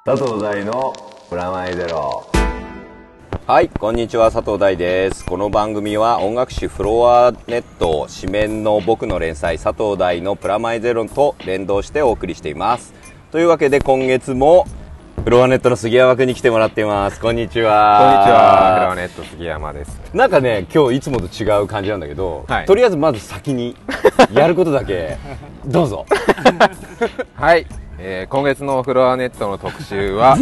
佐藤大のプラマイゼロ。 はい、こんにちは、佐藤大です。この番組は音楽誌フロアネット紙面の僕の連載佐藤大のプラマイゼロと連動してお送りしています。というわけで今月もフロアネットの杉山くんに来てもらっています。こんにちは。 こんにちは、フロアネット杉山です。 なんかね、今日いつもと違う感じなんだけど、 はい、 とりあえずまず先にやることだけどうぞ。 はい、今月のフロアネットの特集は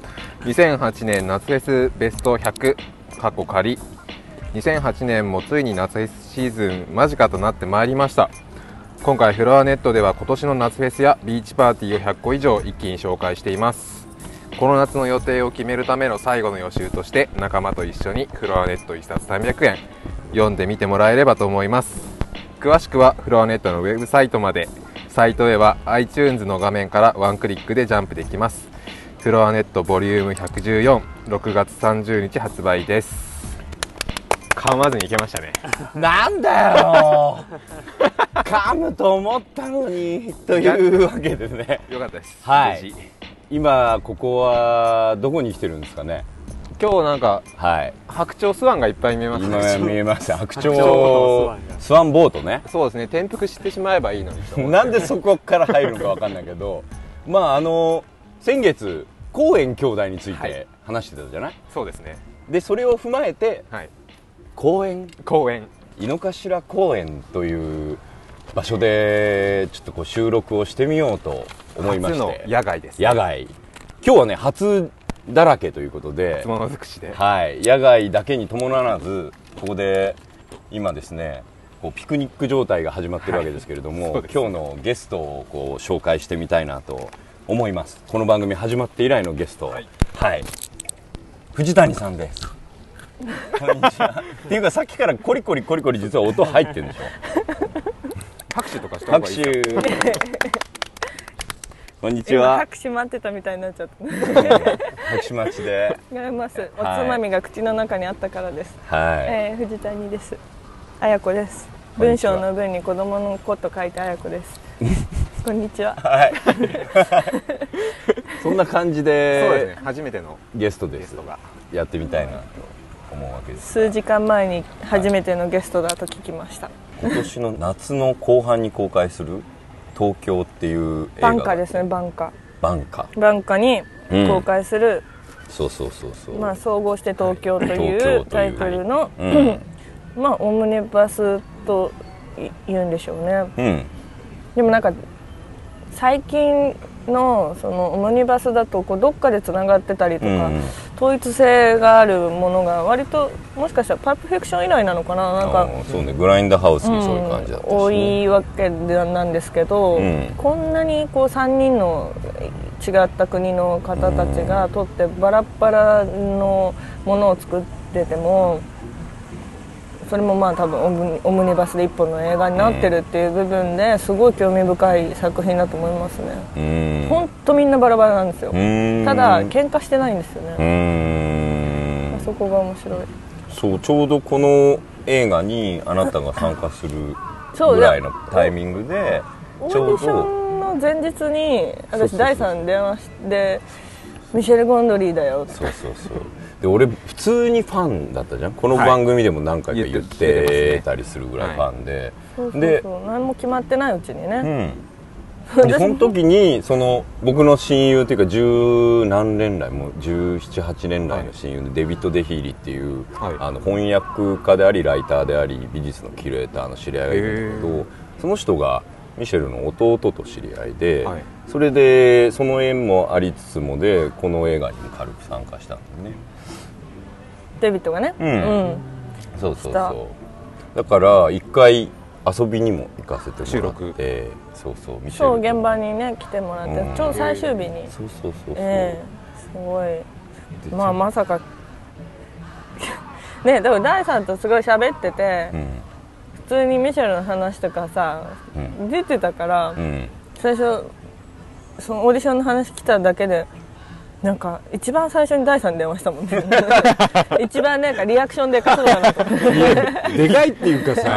2008年夏フェスベスト100過去仮。2008年もついに夏フェスシーズン間近となってまいりました。今回フロアネットでは今年の夏フェスやビーチパーティーを100個以上一気に紹介しています。この夏の予定を決めるための最後の予習として仲間と一緒にフロアネット1冊300円読んでみてもらえればと思います。詳しくはフロアネットのウェブサイトまで。サイトへは iTunes の画面からワンクリックでジャンプできます。フロアネットボリューム114、6月30日発売です。噛まずにいけましたね。 なんだよ噛むと思ったのにというわけでね、 よかったです。 はい、今ここはどこに来てるんですかね。 今日なんか、 はい、 白鳥スワンがいっぱい見えますね。 今見えました。白鳥スワンボートね。 そうですね、転覆してしまえばいいのにとなんでそこから入るのか分かんないけどまあ先月公園兄弟について話してたじゃない、 そうですね。 でそれを踏まえて、 はい、 公園井の頭公園という場所でちょっとこう収録をしてみようと思いまして、 初の野外ですね。 野外、今日はね初だらけということで、 ものづくしで、 はい、野外だけに伴わずここで今ですねこうピクニック状態が始まってるわけですけれども、はい、今日のゲストをこう紹介してみたいなと思います。この番組始まって以来のゲスト、はい、はい、藤谷さんです。こんにちは。っていうかさっきからコリコリ実は音入ってるんでしょ。 拍手とかした方がいいですか。 拍手こんにちは。 拍手待ってたみたいになっちゃった。 拍手待ちで。 違います。おつまみが口の中にあったからです。 はい。 藤谷です。綾子です。文章の文に子供の子と書いて綾子です。こんにちは。はい。 そんな感じで。 そうですね。初めてのゲストです。やってみたいなと思うわけです。 数時間前に初めてのゲストだと聞きました。 今年の夏の後半に公開する。東京っていう映画バンカですね。バンカに公開する、 そう、 まあ、総合して東京というタイトルの、まあオムニバスと言うんでしょうね、でもなんか最近のそのオムニバスだとこうどっかでつながってたりとか、統一性があるものが割ともしかしたらパルプフィクション以来なのかな、なんかそうね、グラインダーハウスもそういう感じだったし、ね、 多いわけなんですけど、こんなにこう3人の違った国の方たちが撮ってバラバラのものを作ってても、それもまあ多分オムニバスで一本の映画になってるっていう部分ですごい興味深い作品だと思いますね。ほんとみんなバラバラなんですよ。ただ喧嘩してないんですよね。そこが面白い。 そう、ちょうどこの映画にあなたが参加するぐらいのタイミングでオーディションの前日に私第3電話してミシェル・ゴンドリーだよって。 そうで俺普通にファンだったじゃん。この番組でも何回か言ってたりするぐらいファンで、 で何も決まってないうちにね、 でその時にその僕の親友というか十何年来もう17、8年来の親友でデビッド・デヒーリっていう、翻訳家でありライターであり美術のキュレーターの知り合いがいるんだけど、その人がミシェルの弟と知り合いで、それでその縁もありつつもでこの映画にも軽く参加したんだよね、 デビッドがね。 そうだから一回遊びにも行かせてもらって、ミシェル現場にね来てもらって、ちょうど最終日にすごい、まさかね、でも大さんとすごい喋ってて、普通にミシェルの話とかさ、出てたから、最初そのオーディションの話来ただけでなんか一番最初に第3に電話したもんね。一番なんかリアクションでかそうだなと。 でかいっていうかさ、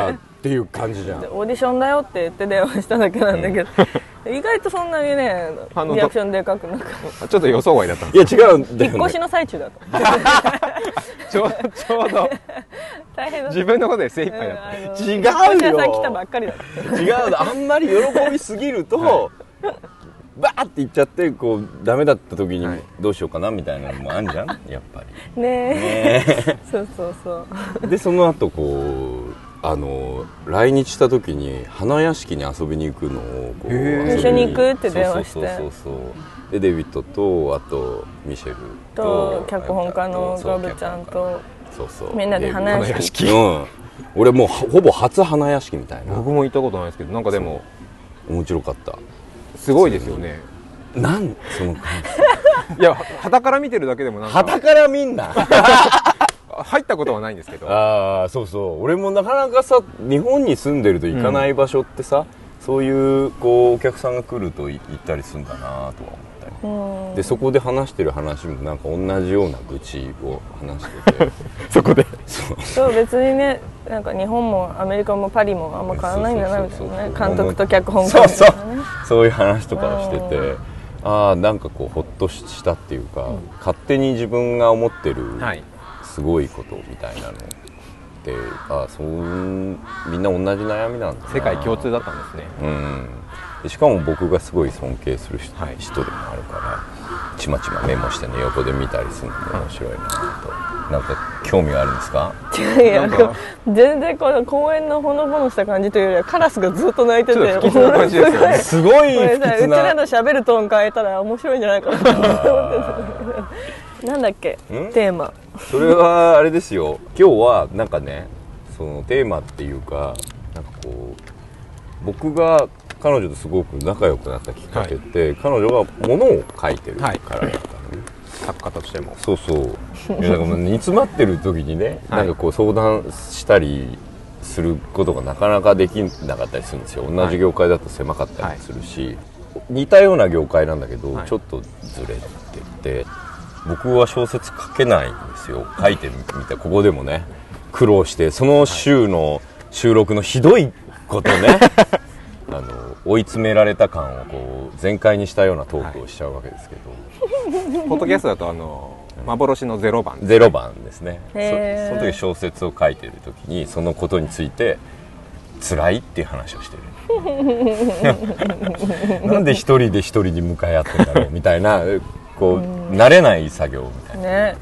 っていう感じじゃん。 オーディションだよって言って電話しただけなんだけど、意外とそんなにねリアクションでかくなかった。 ちょっと予想外だったんいや違うんだよ、ね、 引っ越しの最中だったちょうど大変だった。 自分のことで精一杯だった、 違うよ、 引っ越し屋さん来たばっかりだった。 違うの、あんまり喜びすぎると、バーって言っちゃってこうダメだった時にどうしようかなみたいなのもあんじゃんやっぱりねえそうそうそうでその後こう来日した時に花屋敷に遊びに行くのをこう一緒に行くって電話して、 そうでデビッドとあとミシェルと脚本家のガブちゃんとそうみんなで花屋敷、 俺もうほぼ初花屋敷みたいな。 僕も行ったことないですけど、なんかでも面白かった。 すごいですよね。 その感じいや傍から見てるだけでもなんか傍から見んな入ったことはないんですけど、 ああそうそう、俺もなかなかさ日本に住んでると行かない場所ってさ、そういうこうお客さんが来ると行ったりするんだなとは思ったり、でそこで話してる話もなんか同じような愚痴を話しててそこでそう別にね、なんか日本もアメリカもパリもあんま変わらないんだなみたいなね、監督と脚本家みたいなね、 そういう話とかをしてて、ああなんかこうホッとしたっていうか、勝手に自分が思ってるすごいことみたいなのってみんな同じ悩みなんだな、 世界共通だったんですね。 でしかも僕がすごい尊敬する人でもあるから、ちまちまメモしてね横で見たりするのも面白いなと。なんか興味があるんですか？ いや全然この公園のほのぼのした感じというよりはカラスがずっと鳴いてて、 不吉な感じですよね。 すごい不吉な。 うちらの喋るトーン変えたら面白いんじゃないかなと思ってなんだっけテーマ。 それはあれですよ、今日はなんかね、そのテーマっていうか、なんかこう僕が彼女とすごく仲良くなったきっかけって、彼女が物を書いてるからだったのね、 作家としても。 そうそう、いやだから煮詰まってる時にね、なんかこう相談したりすることがなかなかできなかったりするんですよ。同じ業界だと狭かったりするし、似たような業界なんだけど、ちょっとずれてて、僕は小説書けないんですよ。書いてみてここでもね苦労して、その週の収録のひどいことね追い詰められた感をこう全開にしたようなトークをしちゃうわけですけど、 ポッドキャストだと幻の0番 0番ですね。その時小説を書いてる時にそのことについて辛いっていう話をしてるなんで一人で一人に向かい合ってんだろうみたいな、こう慣れない作業みたいなね、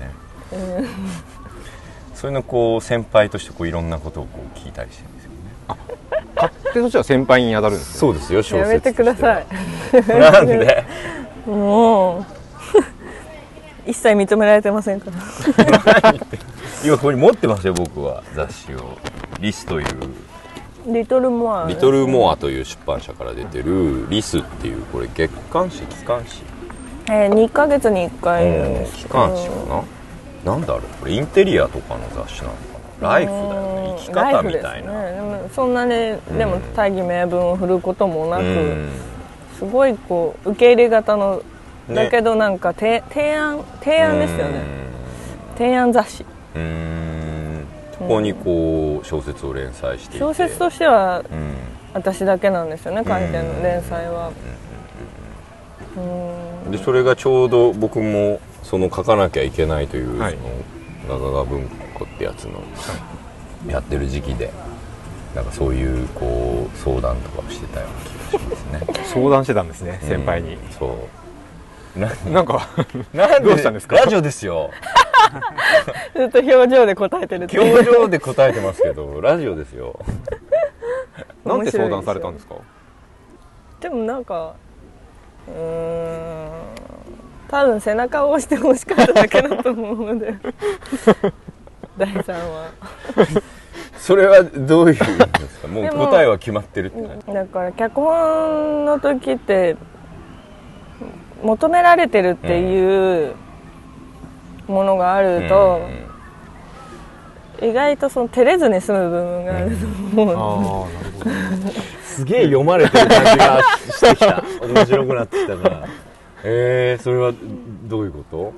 そういうのこう先輩としてこういろんなことをこう聞いたりしてるんですよね。 勝手としては先輩に当たるんですよ。 そうですよ、小説やめてくださいなんでもう一切認められてませんから今ここに持ってますよ、僕は雑誌を。リスというリトルモア、 リトルモアという出版社から出てるリスっていう、これ月刊誌期刊誌、 2ヶ月に1回なんです期間誌かな、なんだろう、これインテリアとかの雑誌なのかな、ライフだよね、生き方みたいな、 でもそんなにでも大義名分を振ることもなく、すごいこう受け入れ型の、だけどなんか提案ですよね、提案雑誌。 ここにこう小説を連載していて、 小説としては私だけなんですよね、書いてるの、連載は。 でそれがちょうど僕もその書かなきゃいけないという、そのガガガ文庫ってやつのやってる時期で、なんかそういうこう相談とかをしてたような気がしますね。 相談してたんですね、先輩に。 そうなんかどうしたんですか？ ラジオですよずっと表情で答えてるって。 表情で答えてますけどラジオですよなんで相談されたんですか？ でもなんか多分背中を押してほしかっただけだと思うので大さんはそれはどういうんですか？もう答えは決まってるって。 だから脚本の時って求められてるっていうものがあると、意外とその照れずに済む部分があると思う。 すげえ読まれてる感じがしてきた。面白くなってきたから。それはどういうこと？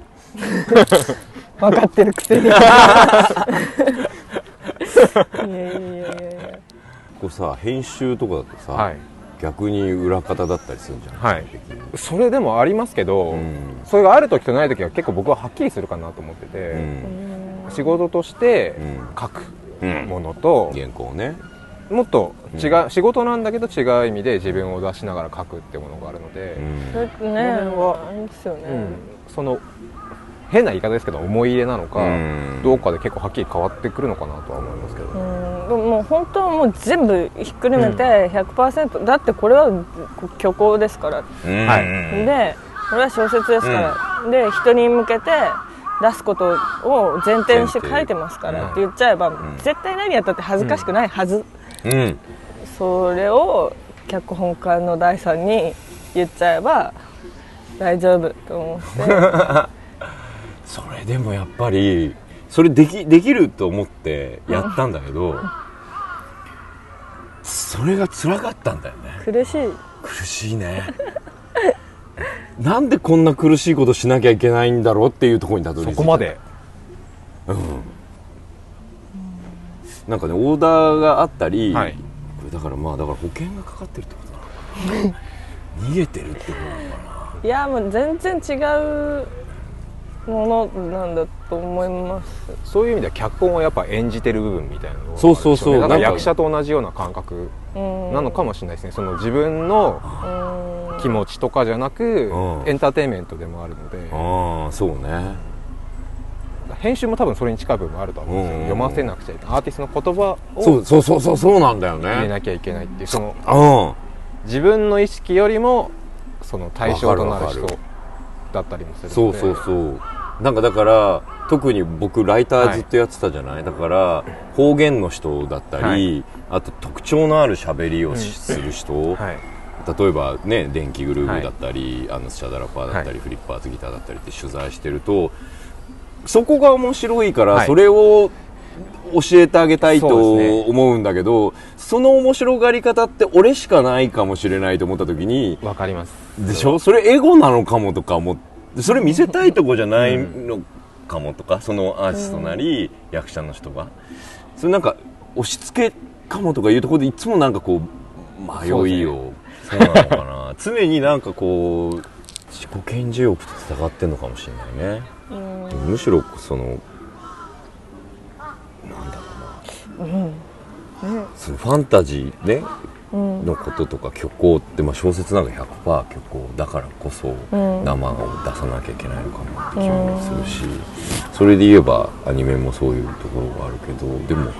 分かってるくせに。いや。 構さ編集とかだとさ、 はい、 逆に裏方だったりするんじゃない、 はい、それでもありますけど、それがある時とない時は結構僕ははっきりするかなと思ってて、仕事として書くものと、 原稿ね、 もっと違う、仕事なんだけど違う意味で自分を出しながら書くってものがあるので、 それってね、あれですよね、 その変な言い方ですけど思い入れなのか、どうかで結構はっきり変わってくるのかなとは思いますけど、 でももう本当はもう全部ひっくるめて 100%、だってこれは虚構ですから、でこれは小説ですから、で人に向けて出すことを前提にして書いてますからって言っちゃえば、絶対何やったって恥ずかしくないはず、それを脚本家の大さんに言っちゃえば大丈夫と思ってそれでもやっぱりそれできると思ってやったんだけど、それが辛かったんだよね。苦しいねなんでこんな苦しいことしなきゃいけないんだろうっていうところにたどり着いた。 そこまで、 なんかねオーダーがあったり、 はい、 これだから保険がかかってるってことだな逃げてるってことなのかな。 いやもう全然違うものなんだと思います。 そういう意味では脚本はやっぱ演じてる部分みたいなのが、 そうなんか役者と同じような感覚なのかもしれないですね。その自分の気持ちとかじゃなく、エンターテインメントでもあるので、 そうね、 編集も多分それに近い部分もあると思うんですよ、読ませなくちゃいけないアーティストの言葉をそうなんだよね、 入れなきゃいけないっていう、その自分の意識よりもその対象となる人だったりもするので、 そうなんかだから特に僕ライターずっとやってたじゃない、だから方言の人だったり、あと特徴のある喋りをする人、例えばね電気グルーヴだったり、スチャダラパーだったり、フリッパーズギターだったりって取材してると、そこが面白いから、それを教えてあげたいと思うんだけど、その面白がり方って俺しかないかもしれないと思った時に、 わかりますでしょ、それエゴなのかもとかも、それ見せたいとこじゃないのかもとか、そのアーティストなり役者の人がそれなんか押し付けかもとかいうところでいつもなんかこう迷いを、そうなのかな常になんかこう自己顕示欲と戦ってんのかもしれないね。むしろそのなんだろうな、そのファンタジーね、のこととか虚構って、小説なんか 100% 虚構だからこそ生を出さなきゃいけないのかなって気もするし、それで言えばアニメもそういうところがあるけど、でも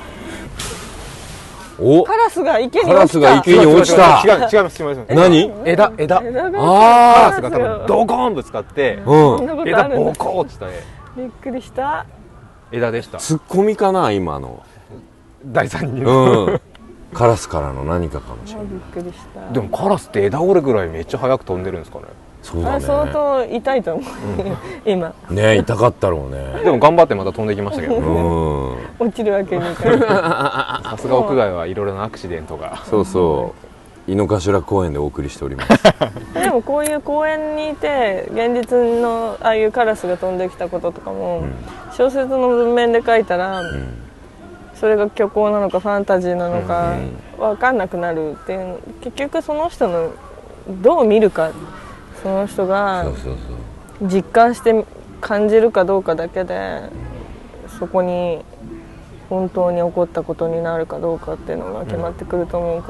カラスが池に落ちた。 違います。 何？ 枝。カラスが多分ドコーンぶつかって、枝ボコーってしたね。 びっくりした。 枝でした。 ツッコミかな今の。 第3人の。カラスからの何かかもしれない。 びっくりした。 でもカラスって枝折れぐらいめっちゃ速く飛んでるんですかね。 そうだね。 相当痛いと思う。今。 ね、痛かったろうね。 でも頑張ってまた飛んできましたけど。 落ちるわけにいかない。 さすが屋外はいろいろなアクシデントが。 井の頭公園でお送りしております。 でもこういう公園にいて現実のああいうカラスが飛んできたこととかも、小説の文面で書いたら、それが虚構なのかファンタジーなのか分かんなくなるっていう、結局その人のどう見るか、その人が実感して感じるかどうかだけで、そこに本当に起こったことになるかどうかっていうのが決まってくると思うから、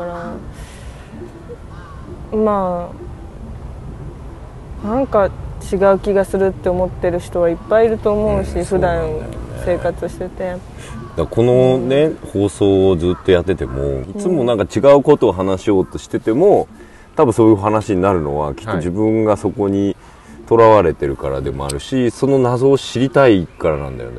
なんか違う気がするって思ってる人はいっぱいいると思うし、普段生活してて。 このね、放送をずっとやってても、いつもなんか違うことを話しようとしてても、多分そういう話になるのはきっと自分がそこにとらわれてるからでもあるし、その謎を知りたいからなんだよね。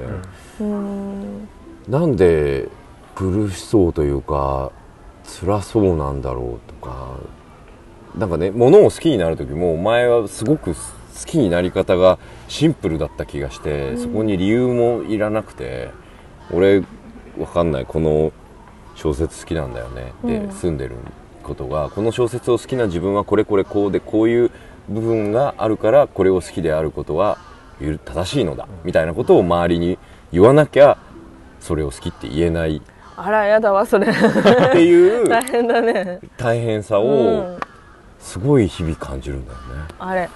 なんで苦しそうというか辛そうなんだろうとか、なんかね、物を好きになる時も前はすごく好きになり方がシンプルだった気がして、そこに理由もいらなくて、俺わかんない、この小説好きなんだよねで住んでることが、この小説を好きな自分はこれこれこうで、こういう部分があるからこれを好きであることは正しいのだみたいなことを周りに言わなきゃそれを好きって言えないあらやだわそれっていう大変だね。 大変さをすごい日々感じるんだよね。 あれ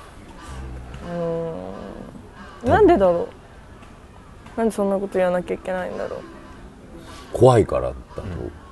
なんでだろう。なんでそんなこと言わなきゃいけないんだろう。 怖いからだと、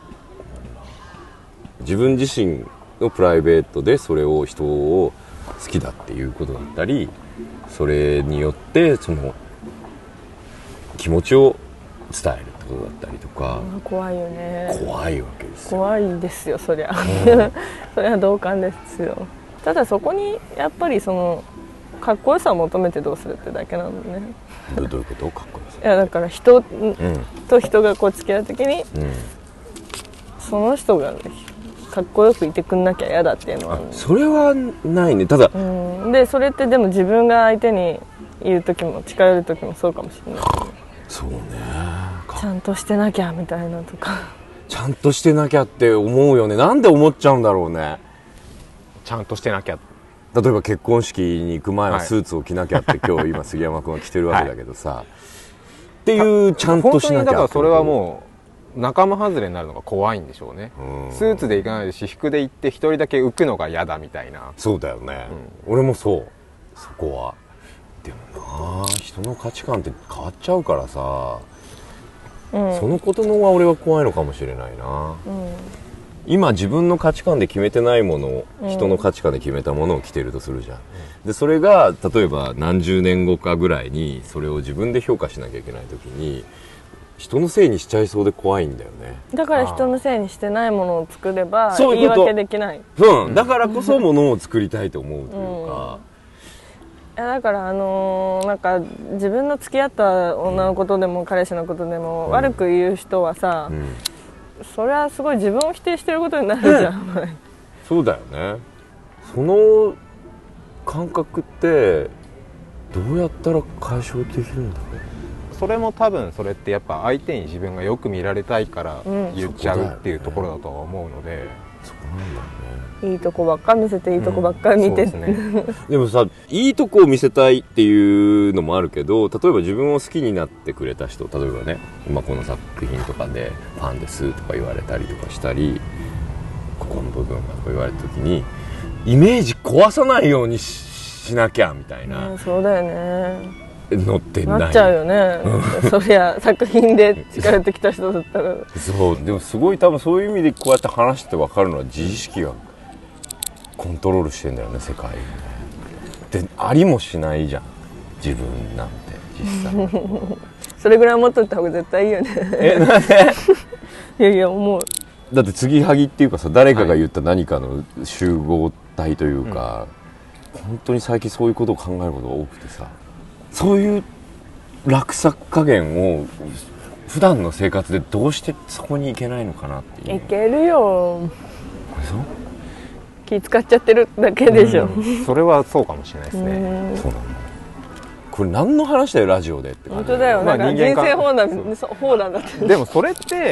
自分自身のプライベートでそれを人を好きだっていうことだったり、それによってその気持ちを伝えるってことだったりとか、 怖いよね。 怖いわけですよ。 怖いですよそりゃそれは同感ですよ。ただそこにやっぱりそのかっこよさを求めてどうするってだけなのね。 どういうことかっこよさ。 いやだから人と人がこう付き合う時に、その人がかっこよくいてくんなきゃ嫌だっていうのは、 それはないね。ただ、 でそれってでも自分が相手にいる時も近寄る時もそうかもしれない。 そうね、 ちゃんとしてなきゃみたいなとかちゃんとしてなきゃって思うよね。なんで思っちゃうんだろうね。 ちゃんとしてなきゃ。 例えば結婚式に行く前はスーツを着なきゃって、今日今杉山君は着てるわけだけどさ、っていうちゃんとしなきゃ。 本当にだからそれはもう仲間外れになるのが怖いんでしょうね。スーツで行かないで私服で行って一人だけ浮くのが嫌だみたいな。 そうだよね、俺もそう。そこはでもな、人の価値観って変わっちゃうからさ、そのことの方が俺は怖いのかもしれないな、今自分の価値観で決めてないものを、人の価値観で決めたものを着てるとするじゃん、でそれが例えば何十年後かぐらいにそれを自分で評価しなきゃいけない時に人のせいにしちゃいそうで怖いんだよね。 だから人のせいにしてないものを作ればそういうこと言い訳できない。 だからこそものを作りたいと思うというか、 いやだからなんか自分の付き合った女のことでも彼氏のことでも悪く言う人はさ、それはすごい自分を否定してることになるじゃん、 そうだよね。その感覚ってどうやったら解消できるんだろう。 それも多分それってやっぱ相手に自分がよく見られたいから言っちゃうっていうところだとは思うので、 そうなんだよね。 いいとこばっか見せていいとこばっかり見て、 そうですねでもさ、いいとこを見せたいっていうのもあるけど、例えば自分を好きになってくれた人、例えばね、今この作品とかでファンですとか言われたりとかしたり、ここの部分がとか言われた時にイメージ壊さないように しなきゃみたいな、 そうだよね、 のってないなっちゃうよねそりゃ作品で近寄ってきた人だったらそうでもすごい多分そういう意味でこうやって話して分かるのは自意識がコントロールしてんだよね、世界でありもしないじゃん自分なんて実際それぐらい持っといた方が絶対いいよねなんでいやいや思う。 だって継ぎはぎっていうかさ、誰かが言った何かの集合体というか、本当に最近そういうことを考えることが多くてさ、そういう落差加減を普段の生活でどうしてそこに行けないのかなっていう。 いけるよ、 そう気使っちゃってるだけでしょ、 それはそうかもしれないですね。 そうなんだ。これ何の話だよラジオでって感じ。 本当だよ、なんか人生放談だってでもそれって、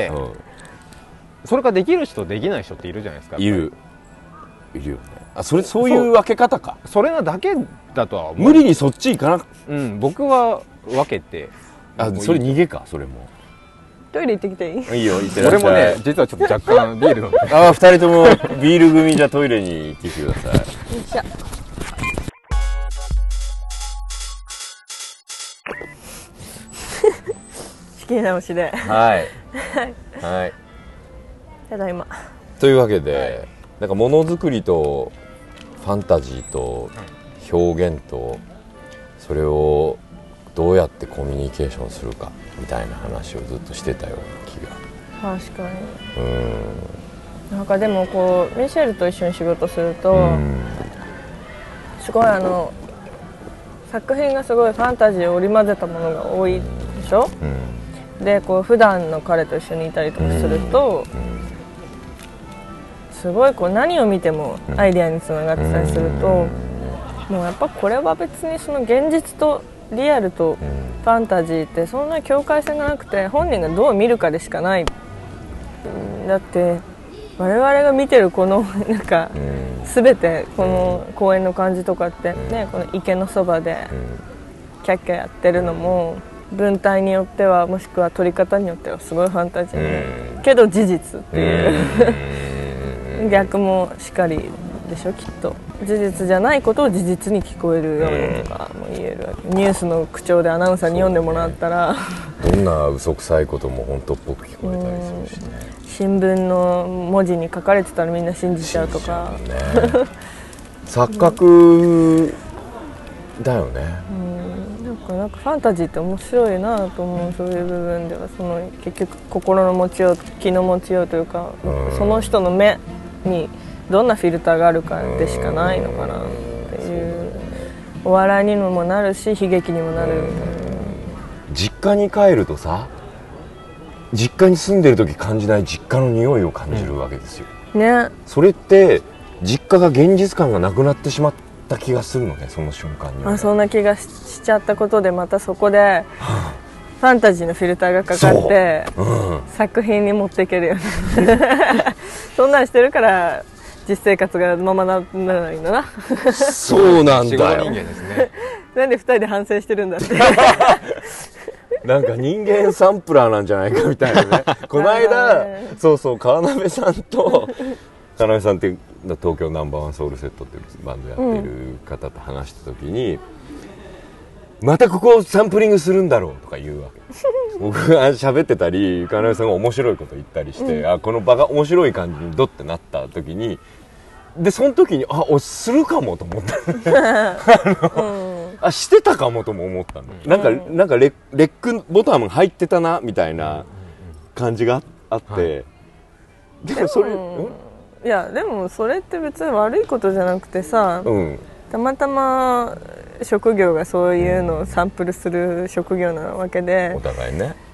それができる人できない人っているじゃないですか。 いるよね。あ、そういう分け方か。 それなだけだとは思う。 無理にそっち行かなく、 僕は分けて、 それ逃げか。それもトイレ行ってきていい？ いいよ、行ってらっしゃい。 俺もね実はちょっと若干ビール飲んであ、2人ともビール組じゃトイレに行ってきてください。 よいしょ。仕切り直しではいはい。 ただいま。 というわけで、なんかものづくりとファンタジーと表現とそれをどうやってコミュニケーションするかみたいな話をずっとしてたような気が。 確かに。なんかでもこうミシェルと一緒に仕事すると、すごい作品がすごいファンタジーを織り交ぜたものが多いでしょ、でこう普段の彼と一緒にいたりとかすると、すごいこう何を見てもアイデアにつながってたりすると、もうやっぱこれは別にその現実とリアルとファンタジーってそんな境界線がなくて、本人がどう見るかでしかない。だって我々が見てるこのなんか全てこの公園の感じとかってね、この池のそばでキャッキャやってるのも文体によってはもしくは取り方によってはすごいファンタジーけど事実っていう逆もしかりでしょきっと事実じゃないことを事実に聞こえるようにとかも言えるわけニュースの口調でアナウンサーに読んでもらったらどんな嘘くさいことも本当っぽく聞こえたりするしね新聞の文字に書かれてたらみんな信じちゃうとか錯覚だよねなんかファンタジーって面白いなと思うそういう部分ではその結局心の持ちよう気の持ちようというかその人の目にどんなフィルターがあるかでしかないのかなっていうお笑いにもなるし悲劇にもなるみたいな実家に帰るとさ実家に住んでる時感じない実家の匂いを感じるわけですよ、 ね、 それって実家が現実感がなくなってしまった気がするのねその瞬間には、ね、 そんな気が しちゃったことでまたそこでファンタジーのフィルターがかかって、作品に持っていけるよねそんなんしてるから実生活がままならないんだなそうなんだよ仕事人間ですねなんで2人で反省してるんだってなんか人間サンプラーなんじゃないかみたいなねこの間そう川鍋さんと川鍋さんって東京ナンバーワンソウルセットっていうバンドやってる方と話した時に、またここをサンプリングするんだろうとか言うわけ僕が喋ってたり川鍋さんが面白いこと言ったりして、この場が面白い感じにドッてなった時にでその時に俺するかもと思ったしてたかもとも思ったの、なんかレックボタンが入ってたなみたいな感じがあって、でもそれいやでもそれって別に悪いことじゃなくてさ、たまたま職業がそういうのをサンプルする職業なわけで、 お互いね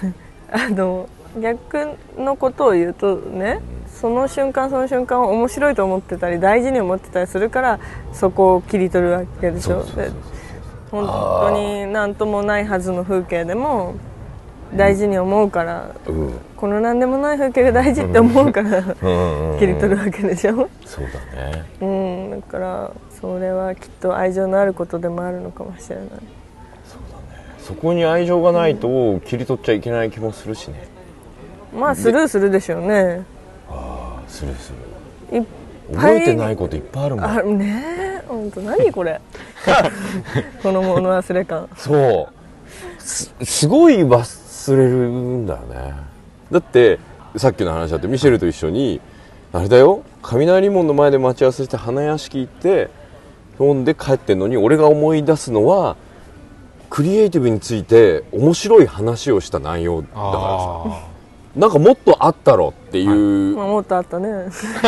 逆のことを言うとね、その瞬間その瞬間を面白いと思ってたり大事に思ってたりするからそこを切り取るわけでしょ。本当に何ともないはずの風景でも大事に思うから、この何でもない風景が大事って思うから切り取るわけでしょ。 そうだね、 だからそれはきっと愛情のあることでもあるのかもしれない。 そうだね、そこに愛情がないと切り取っちゃいけない気もするしね。 まあスルーするでしょうね。 するする。覚えてないこといっぱいあるもんねえ、本当何これこの物忘れ感。 そうすごい忘れるんだよね。だってさっきの話だってミシェルと一緒にあれだよ、雷門の前で待ち合わせして花屋敷行って読んで帰ってんのに、俺が思い出すのはクリエイティブについて面白い話をした内容だからさ、なんかもっとあったろっていう、 もっとあったね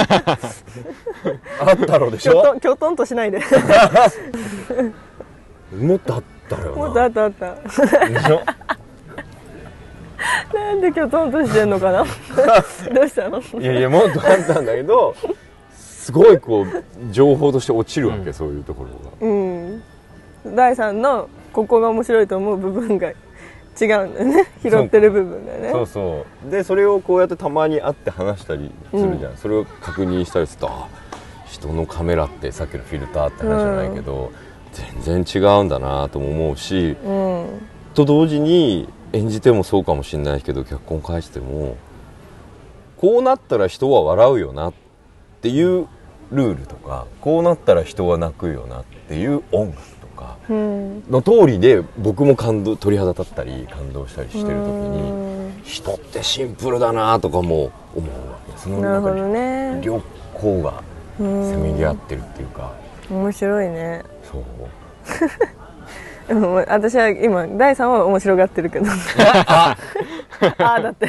あったろでしょきょとんとしないでもっとあったよな。 もっとあったでしょなんできょとんとしてんのかなどうしたの。 いやもっとあったんだけどすごいこう情報として落ちるわけ、そういうところが。 第三のここが面白いと思う部分が違うんだよね、拾ってる部分だよね。 そうそうでそれをこうやってたまに会って話したりするじゃん、それを確認したりすると、人のカメラってさっきのフィルターって話じゃないけど、全然違うんだなとも思うし、と同時に演じてもそうかもしれないけど脚本返してもこうなったら人は笑うよなっていうルールとか、こうなったら人は泣くよなっていう音楽とかの通りで僕も鳥肌立ったり感動したりしてる時に、人ってシンプルだなとかも思うわけです。 なるほどね。 両方がせめぎ合ってるっていうか、 面白いね。 そうでも私は今第3は面白がってるけどだって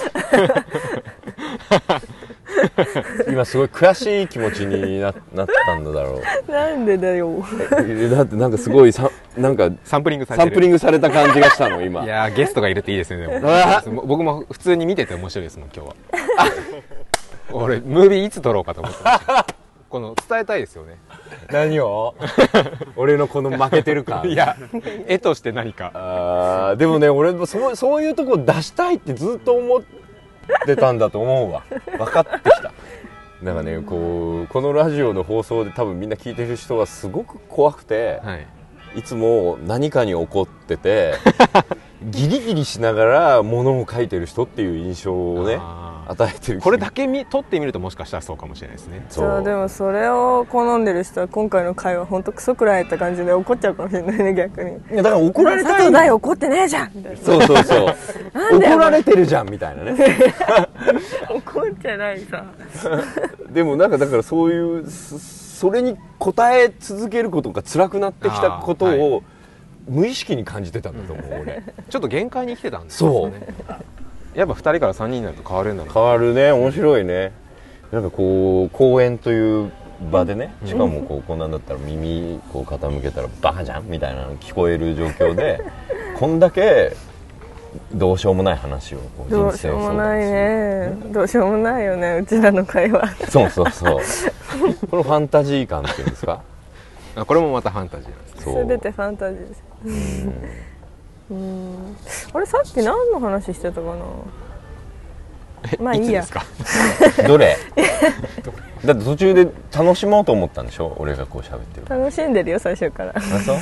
今すごい悔しい気持ちになったんだろう。 なんでだよだってなんかすごいなんかサンプリングされた感じがしたの今。 いやゲストがいるっていいですね。でも僕も普通に見てて面白いですもん今日は俺ムービーいつ撮ろうかと思ってましたこの伝えたいですよね。 何を俺のこの負けてる感。 いや絵として何か。 でもね、俺もそういうとこ出したいってずっと思ってたんだと思うわ。分かってきた。なんかね、このラジオの放送で多分みんな聞いてる人はすごく怖くて、いつも何かに怒っててギリギリしながらものを書いてる人っていう印象をね与えてる。 これだけ撮ってみるともしかしたらそうかもしれないですね。 そうでもそれを好んでる人は今回の会話本当クソくらいった感じで怒っちゃうかもしれないね逆に。 いやだから怒られたい。 佐藤大怒ってねえじゃんみたいな。 そうそうそう怒られてるじゃんみたいなね怒っちゃないさでもなんかだからそういうそれに応え続けることが辛くなってきたことを無意識に感じてたんだと思う俺。 ちょっと限界に来てたんですよね。やっぱ2人から3人になると変わるんだな。 変わるね。面白いね。なんかこう公演という場でね、しかもこんなんだったら耳こう傾けたらバカじゃんみたいなの聞こえる状況でこんだけどうしようもない話をこうどうしようもないね。どうしようもないよねうちらの会話。 そうそうそうこのファンタジー感っていうんですかこれもまたファンタジーなんです。 そう全てファンタジーです。あれさっき何の話してたかな。まあいいや。 いつですかどれだって途中で楽しもうと思ったんでしょ俺がこう喋ってる。 楽しんでるよ最初から。 あそう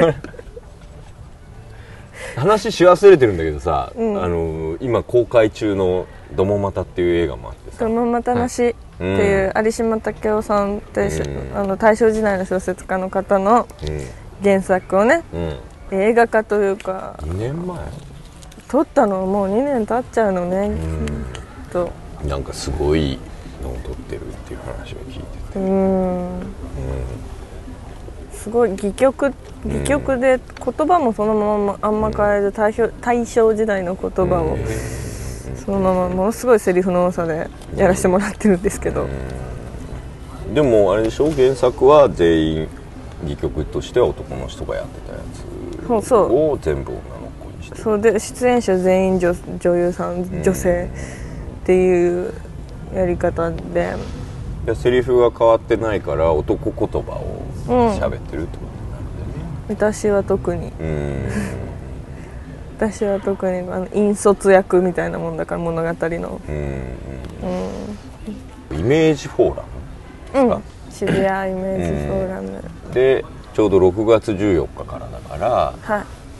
話し忘れてるんだけどさ、今公開中の「どもまた」っていう映画もあってさ、 どもまたなしっていう有島武雄さんって大正時代の小説家の方の原作をね、映画化というか 2年前撮ったのもう2年経っちゃうのね、となんかすごいのを撮ってるっていう話を聞いてて、 すごい戯曲で言葉もそのままあんま変えず大正時代の言葉をそのままものすごいセリフの多さでやらせてもらってるんですけど、 でもあれでしょ原作は全員戯曲としては男の人がやってたやつを全部女の子にしてる。 そうで出演者全員女優さん、女性っていうやり方で、 いやセリフが変わってないから男言葉を喋ってるってことになるんだよね、 私は特に私は特に引率役みたいなもんだから物語のイメージフォーラム、 渋谷イメージフォーラム、 でちょうど6月14日からだから、 はい、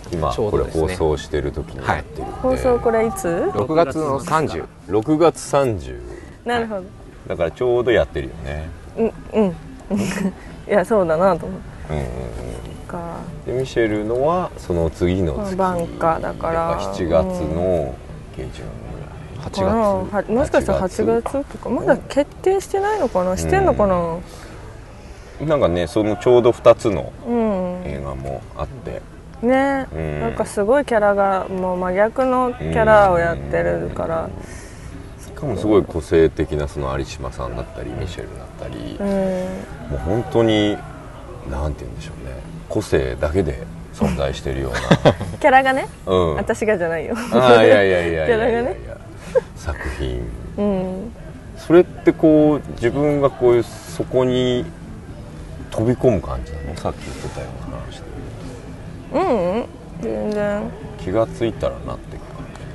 今これ放送してる時にやってるんで、 放送これいつ ？6月の30。 6月30。 なるほど。 だからちょうどやってるよね。 いやそうだなと思って。 でミシェルのはその次の月、 バンカーだから 7月の下旬ぐらい、 8月もしかしたら8月とかまだ決定してないのかな、してんのかな、 なんかねそのちょうど2つの映画もあってね、なんかすごいキャラがもう真逆のキャラをやってるから、 しかもすごい個性的なその有島さんだったりミシェルだったり、もう本当になんて言うんでしょうね、個性だけで存在してるようなキャラがね、私がじゃないよいやいやいやいやキャラがね作品、それってこう自分がこういうそこに飛び込む感じなの？さっき言ってたような話で。 全然気がついたらなっていく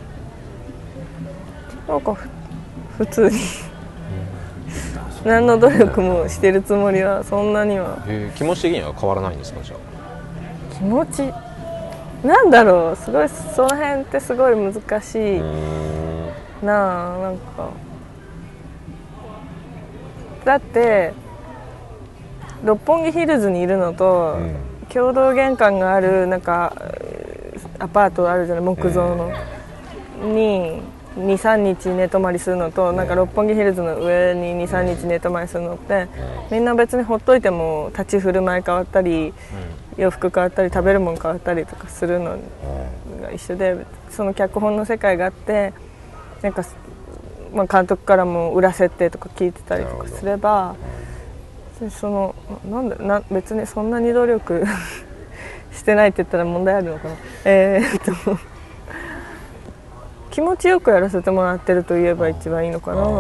感なんか普通に何の努力もしてるつもりはそんなには。 気持ち的には変わらないんですか？じゃあ気持ちなんだろう、すごいその辺ってすごい難しいなあ。なんかだって六本木ヒルズにいるのと、共同玄関があるなんかアパートあるじゃない、木造の、に 2,3 日寝泊まりするのと、なんか六本木ヒルズの上に 2,3 日寝泊まりするのって、みんな別にほっといても立ち振る舞い変わったり、洋服変わったり食べるもの変わったりとかするのが一緒で、その脚本の世界があって、なんか、監督からも裏設定とか聞いてたりとかすれば、その別にそんなに努力してないって言ったら問題あるのかな。気持ちよくやらせてもらってると言えば一番いいのかな。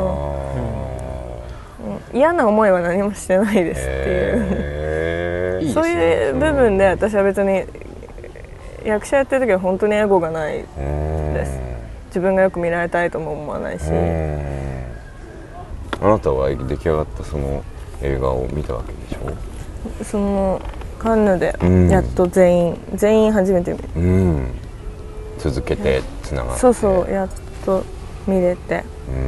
嫌な思いは何もしてないですっていう、そういう部分で私は別に役者やってる時は本当にエゴがないです。自分がよく見られたいとも思わないし。 あなたは出来上がったその映画を見たわけでしょ？ そのカンヌでやっと全員初めて見る、 続けてつながって、 そうそうやっと見れて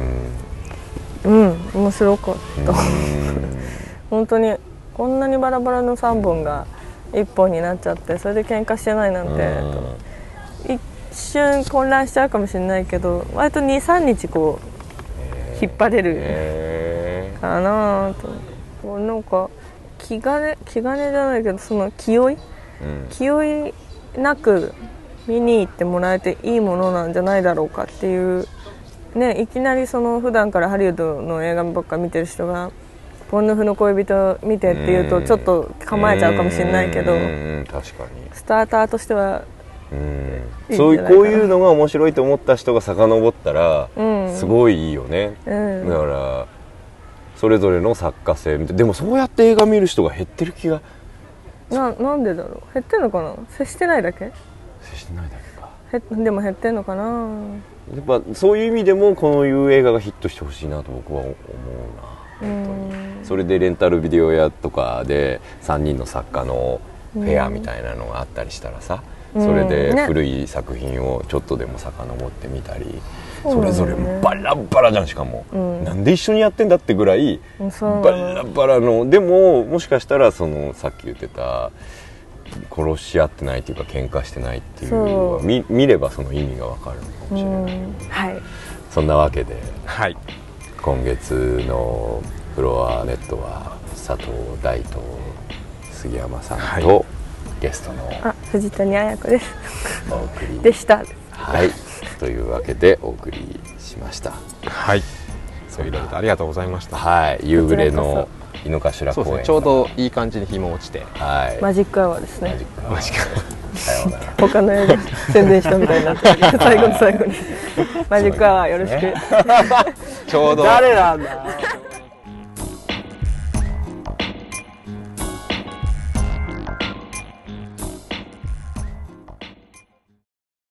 面白かった本当にこんなにバラバラの3本が1本になっちゃってそれで喧嘩してないなんて一瞬混乱しちゃうかもしれないけど割と 2,3 日こう引っ張れるかなとなんか気兼ねじゃないけどその気負いなく見に行ってもらえていいものなんじゃないだろうかっていうね、いきなりその普段からハリウッドの映画ばっか見てる人がポンヌフの恋人見てっていうとちょっと構えちゃうかもしれないけど確かにスターターとしてはいいんじゃないかな。 こういうのが面白いと思った人が遡ったらすごいいいよね、だからそれぞれの作家性でもそうやって映画見る人が減ってる気がなんでだろう減ってんのかな接してないだけ接してないだけかでも減ってんのかなやっぱそういう意味でもこういう映画がヒットしてほしいなと僕は思うな本当にそれでレンタルビデオ屋とかで3人の作家のフェアみたいなのがあったりしたらさそれで古い作品をちょっとでも遡ってみたり、それぞれバラバラじゃんしかも、なんで一緒にやってんだってぐらいバラバラのでももしかしたらそのさっき言ってた殺し合ってないというか喧嘩してないっていうのは見ればその意味が分かるのかもしれない、はい、そんなわけで、はい、今月のフロアネットは佐藤大と杉山さんと、ゲストの藤谷綾子ですお送りでしたはいというわけでお送りしました。 はい、そういろいろとありがとうございました。 はい、夕暮れの井の頭公園、 ちょうどいい感じに日も落ちて、 はい、マジックアワーですね。 マジックアワーさようなら他の映画宣伝したみたいになってる最後の最後にマジックアワーよろしくちょうど誰なんだ